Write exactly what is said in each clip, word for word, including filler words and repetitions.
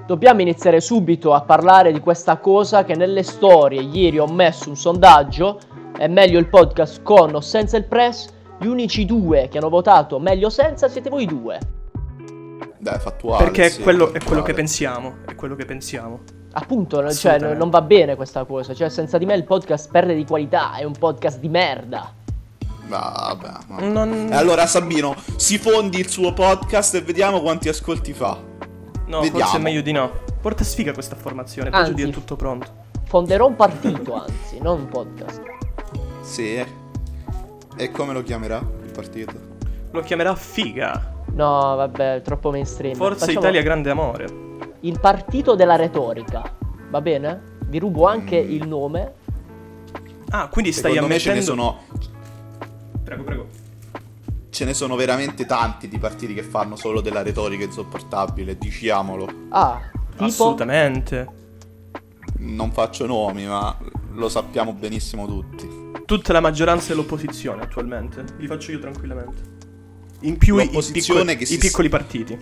dobbiamo iniziare subito a parlare di questa cosa che nelle storie ieri ho messo un sondaggio, è meglio il podcast con o senza il press, gli unici due che hanno votato meglio senza siete voi due. Dai, fattuale. Perché sì, quello fattuale. è quello che pensiamo, è quello che pensiamo. Appunto, cioè, non va bene questa cosa, cioè senza di me il podcast perde di qualità, è un podcast di merda. Vabbè, no. Non... E allora Sabino, si fondi il suo podcast e vediamo quanti ascolti fa. No, Vediamo. forse è meglio di no. Porta sfiga questa formazione, peggio di è tutto pronto. Fonderò un partito, anzi, non un podcast. Sì. E come lo chiamerà il partito? Lo chiamerà Figa. No, vabbè, troppo mainstream. Forza Facciamo Italia grande amore. il partito della retorica, va bene? Vi rubo anche Mm. il nome. Ah, quindi stai Secondo me ammettendo... ce ne sono Prego, prego. ce ne sono veramente tanti di partiti che fanno solo della retorica insopportabile, diciamolo. Ah, tipo? Assolutamente. Non faccio nomi, ma lo sappiamo benissimo tutti. Tutta la maggioranza dell'opposizione attualmente. Li faccio io tranquillamente. In più i, i, L'opposizione piccoli, che si- i piccoli partiti.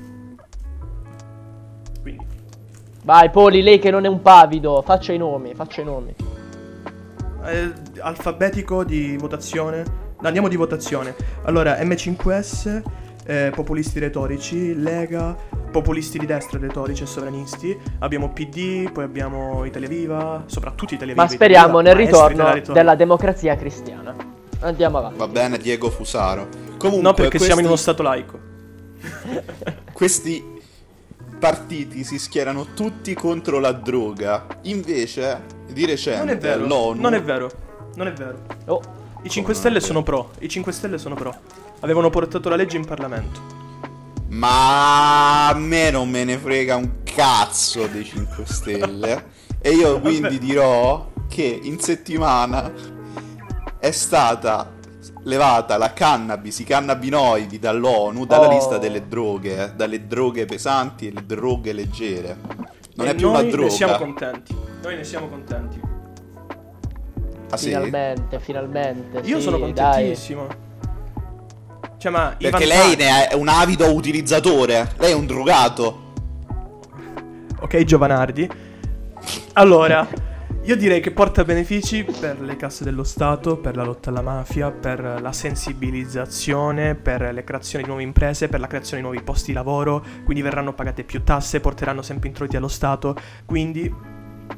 Quindi Vai, Poli, lei che non è un pavido, faccia i nomi, faccia i nomi. eh, alfabetico di votazione. Andiamo di votazione. Allora, M cinque S, eh, populisti retorici, Lega, populisti di destra retorici e sovranisti. Abbiamo P D, poi abbiamo Italia Viva, soprattutto Italia Viva. Ma speriamo Italia nel Viva, maestri ritorno retorica. della democrazia cristiana. Andiamo avanti. Va bene, Diego Fusaro. Comunque, No, perché questi, siamo in uno stato laico. questi partiti si schierano tutti contro la droga. Invece, di recente, Non è vero. l'ONU... Non è vero. Non è vero. Oh, I cinque Come Stelle non è sono pro. I cinque Stelle sono pro. Avevano portato la legge in Parlamento. Ma a me non me ne frega un cazzo dei cinque Stelle. E io quindi Vabbè. dirò che in settimana è stata levata la cannabis, i cannabinoidi dall'ONU, dalla Oh. lista delle droghe, eh, dalle droghe pesanti e le droghe leggere. Non E è più noi una droga. ne siamo contenti. Noi ne siamo contenti. Ah, sì? finalmente, finalmente. Io sì, sono dai. contentissimo. Cioè, ma i Perché vantaggi- lei ne è un avido utilizzatore. Lei è un drogato. Ok, Giovanardi. Allora, io direi che porta benefici per le casse dello Stato, per la lotta alla mafia, per la sensibilizzazione, per le creazioni di nuove imprese, per la creazione di nuovi posti di lavoro, quindi verranno pagate più tasse, porteranno sempre introiti allo Stato, quindi...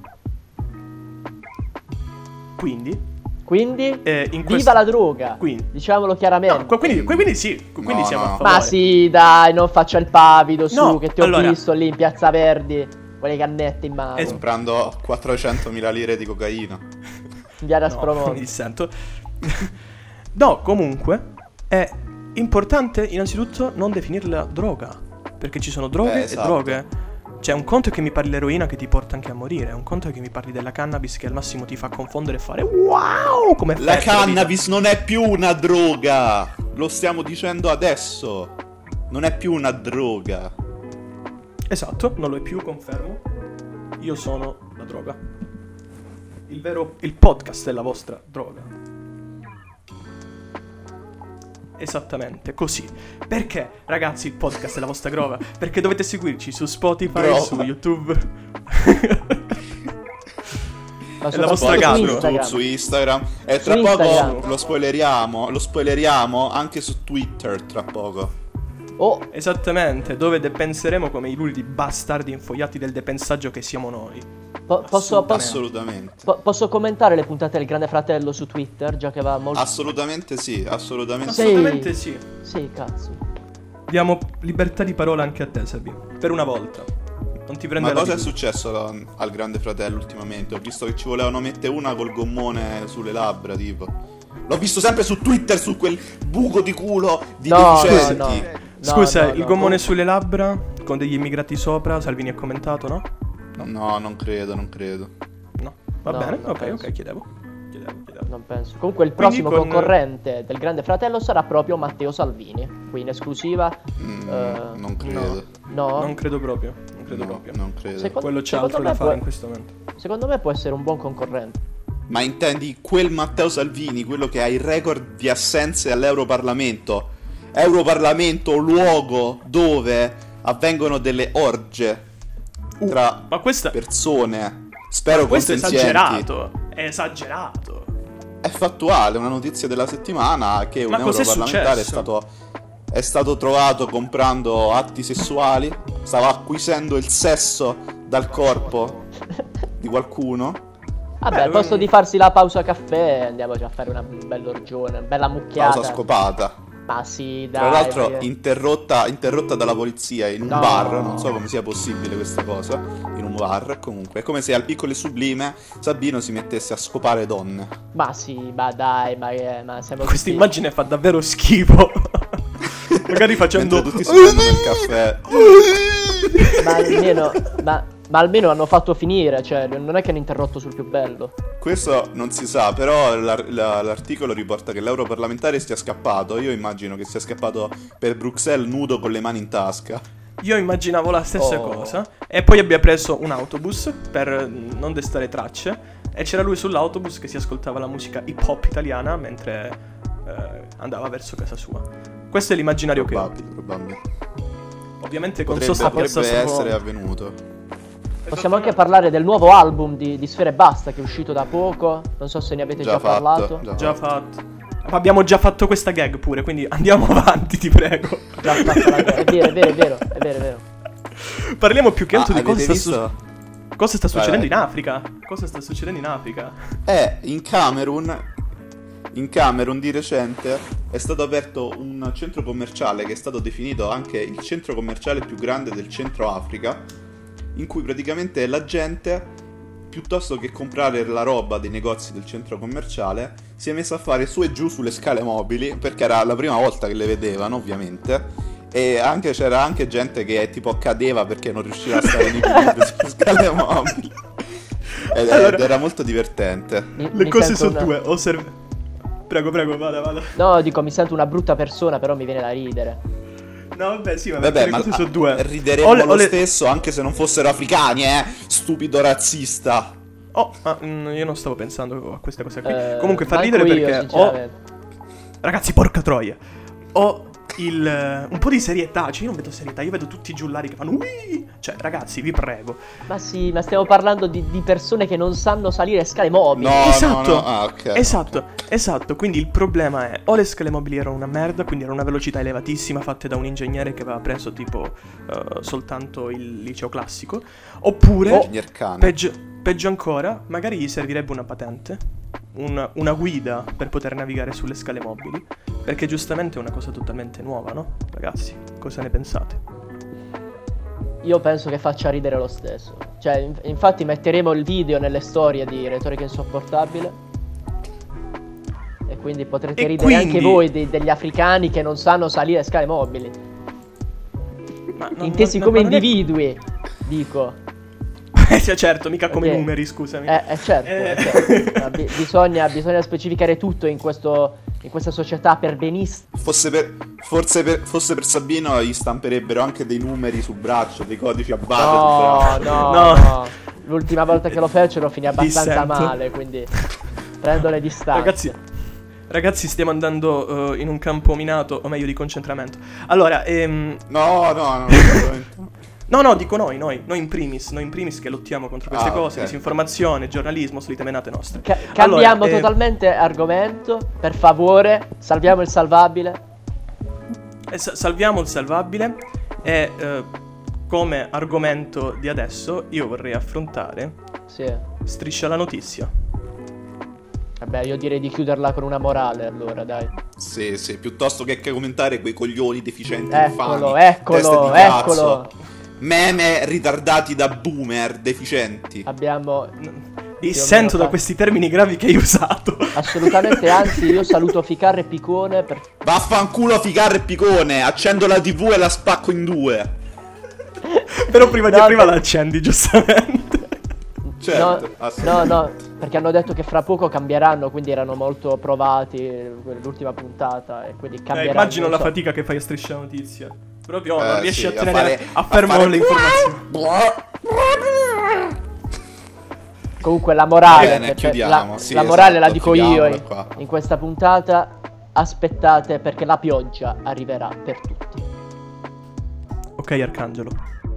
Quindi... Quindi, eh, in viva questo- la droga. Quindi... Diciamolo chiaramente. No, qu- quindi, quindi sì, quindi No, siamo no. a favore. Ma sì, dai, non faccia il pavido su, No, che ti ho allora- visto lì in Piazza Verdi, con le cannette in mano. Es- Comprando quattrocentomila lire di cocaina. In via No, Raspromonte. mi dissento. No, comunque è importante innanzitutto non definirla droga, perché ci sono droghe Eh, e esatto. droghe. Cioè, un conto è che mi parli l'eroina che ti porta anche a morire, un conto è che mi parli della cannabis che al massimo ti fa confondere e fare wow come La effetto vita. cannabis non è più una droga. Lo stiamo dicendo adesso. Non è più una droga. Esatto, non lo è più, confermo. Io sono la droga. Il vero il podcast è la vostra droga. Esattamente, così. Perché, ragazzi, il podcast è la vostra droga? Perché dovete seguirci su Spotify, Droga. su YouTube. Ma è la vostra Poi casa. su Su YouTube, su Instagram. E tra Su poco Instagram. lo spoileriamo. Lo spoileriamo anche su Twitter tra poco. Oh, Esattamente, dove depenseremo come i luridi bastardi infogliati del depensaggio che siamo noi. po- posso, posso, Assolutamente. po- posso commentare le puntate del Grande Fratello su Twitter, già che va molto... Assolutamente sì, assolutamente Sì. sì. Assolutamente sì. Sì, cazzo. Diamo libertà di parola anche a te, Sabi. Per una volta. Non ti prendere Ma la cosa è fiducia. successo al- al Grande Fratello ultimamente? Ho visto che ci volevano mettere una col gommone sulle labbra, tipo. L'ho visto sempre su Twitter, su quel buco di culo di No, deficienti. no, no. No, Scusa, no, il no. gommone sulle labbra con degli immigrati sopra, Salvini ha commentato, no? No, non credo, non credo. No. Va No, bene, non ok, penso. ok, chiedevo. Chiedevo, chiedevo. Non penso. Comunque il Quindi prossimo con- concorrente del Grande Fratello sarà proprio Matteo Salvini. Qui in esclusiva. Mm, Eh, non credo. No. Non credo proprio, non credo No, proprio. non credo. Secondo- Quello c'è secondo altro me da fare può- in questo momento. Secondo me può essere un buon concorrente. Ma intendi quel Matteo Salvini, quello che ha il record di assenze all'Europarlamento? Europarlamento, luogo dove avvengono delle orge. Uh, tra ma questa... persone, spero Questo è consenzienti. esagerato. È esagerato. È fattuale, una notizia della settimana che un Ma cos'è europarlamentare è successo? stato, è stato trovato comprando atti sessuali, stava acquisendo il sesso dal corpo di qualcuno. Vabbè, Beh, al posto mm. di farsi la pausa caffè, andiamoci a fare una bella orgione, una bella mucchiata. Pausa scopata. Ma sì, dai. Tra l'altro perché- interrotta, interrotta dalla polizia in un No. bar, non so come sia possibile questa cosa, in un bar comunque, è come se al piccolo e sublime Sabino si mettesse a scopare donne. Ma sì, ma dai, ma, che- ma siamo Questa tutti- immagine fa davvero schifo. Magari facendo... Mentre tutti si prendono il caffè. Ma almeno, ma, ma almeno hanno fatto finire, cioè non è che hanno interrotto sul più bello. Questo non si sa, però l'ar- la- l'articolo riporta che l'europarlamentare sia scappato. Io immagino che sia scappato per Bruxelles nudo con le mani in tasca. Io immaginavo la stessa Oh. cosa. E poi abbia preso un autobus per non destare tracce. E c'era lui sull'autobus che si ascoltava la musica hip hop italiana mentre eh, andava verso casa sua. Questo è l'immaginario che ho. Probabile, probabile. Ovviamente con Potrebbe, sosta potrebbe forza essere avvenuto. Possiamo anche parlare del nuovo album di, di Sfera Ebbasta che è uscito da poco. Non so se ne avete già, Già fatto, parlato. già Già fatto. fatto. Ma abbiamo già fatto questa gag pure, quindi andiamo avanti, ti prego. Già fatto la- È vero, è vero, è vero, è vero, è vero. Parliamo più che altro Ah, di cosa avete sta, visto? su- cosa sta Vai, succedendo vai. in Africa. Cosa sta succedendo in Africa? Eh, in Camerun, in Camerun di recente è stato aperto un centro commerciale che è stato definito anche il centro commerciale più grande del centro Africa, in cui praticamente la gente, piuttosto che comprare la roba dei negozi del centro commerciale, si è messa a fare su e giù sulle scale mobili, perché era la prima volta che le vedevano, ovviamente. E anche c'era anche gente che tipo cadeva perché non riusciva a stare in equilibrio sulle scale mobili. Ed, Allora- ed era molto divertente. Mi- Le mi cose sento sono una- due. Osserv... Prego, prego, vada, vada. No, dico, mi sento una brutta persona, però mi viene da ridere. No, vabbè, sì, ma Vabbè, perché ma le cose sono due. rideremmo O le- o lo le- stesso anche se non fossero africani, eh? Stupido razzista. Oh, ma mm, io non stavo pensando a questa cosa qui. Eh, Comunque fa manco ridere io, perché ho... sinceramente. Ragazzi, porca troia. Ho il... eh, un po' di serietà. Cioè, io non vedo serietà, io vedo tutti i giullari che fanno... Ui! Cioè, ragazzi, vi prego. Ma sì, ma stiamo parlando di, di persone che non sanno salire scale mobili. No, Esatto. no, no. Ah, ok. Esatto, esatto. Quindi il problema è o le scale mobili erano una merda, quindi era una velocità elevatissima fatte da un ingegnere che aveva preso tipo eh, soltanto il liceo classico, oppure Ingegner cane. peggio, peggio ancora, magari gli servirebbe una patente, un- una guida per poter navigare sulle scale mobili, perché giustamente è una cosa totalmente nuova, no? Ragazzi, cosa ne pensate? Io penso che faccia ridere lo stesso. Cioè, in- infatti metteremo il video nelle storie di Retorica Insopportabile. E quindi potrete E ridere anche quindi- voi de- degli africani che non sanno salire scale mobili. Ma non- Intesi non- come ma non è- individui, dico. Eh, sì, certo, mica come Perché- numeri, scusami. Eh, eh, certo, Eh. eh, certo. Ma bi- bisogna, bisogna specificare tutto in, questo, in questa società perbenista. Fosse per, forse per, fosse per Sabino gli stamperebbero anche dei numeri sul braccio, dei codici a base sul No, braccio. no, No. no. L'ultima volta che lo fecero finì abbastanza Dissento. male, quindi prendo le distanze. Ragazzi, ragazzi, stiamo andando eh, in un campo minato, o meglio di concentramento. Allora, ehm, No, no, no, veramente. no, no, dico noi, noi, noi in primis, noi in primis che lottiamo contro queste Ah, cose, ok. disinformazione, giornalismo, solite menate nostre. Ca- cambiamo Allora, eh, totalmente argomento, per favore, salviamo il salvabile. eh, sa- salviamo il salvabile e eh, come argomento di adesso io vorrei affrontare Sì. Striscia la notizia. Vabbè, io direi di chiuderla con una morale, allora, dai. Sì, sì, piuttosto che che commentare quei coglioni deficienti Eccolo, infami, eccolo, teste di cazzo, eccolo. meme ritardati da boomer deficienti. Abbiamo Dissento da fa- questi termini gravi che hai usato. assolutamente, anzi, io saluto Ficarra e Picone per... Vaffanculo Ficarra e Picone, accendo la tivù e la spacco in due. Però prima di No, prima no. la accendi, giustamente. Certo, no, assolutamente. no, no, perché hanno detto che fra poco cambieranno, quindi erano molto provati eh, l'ultima puntata e quindi Eh, cambieranno. immagino non la so. fatica che fai a Striscia la notizia. Proprio Eh, non riesci sì, a a tenere fare- a a fermo fare- le informazioni. Comunque la morale, Bene, per- chiudiamo, la, sì, la morale esatto, la dico io chiudiamola in, qua. in questa puntata. Aspettate perché la pioggia arriverà per tutti. Ok, Arcangelo.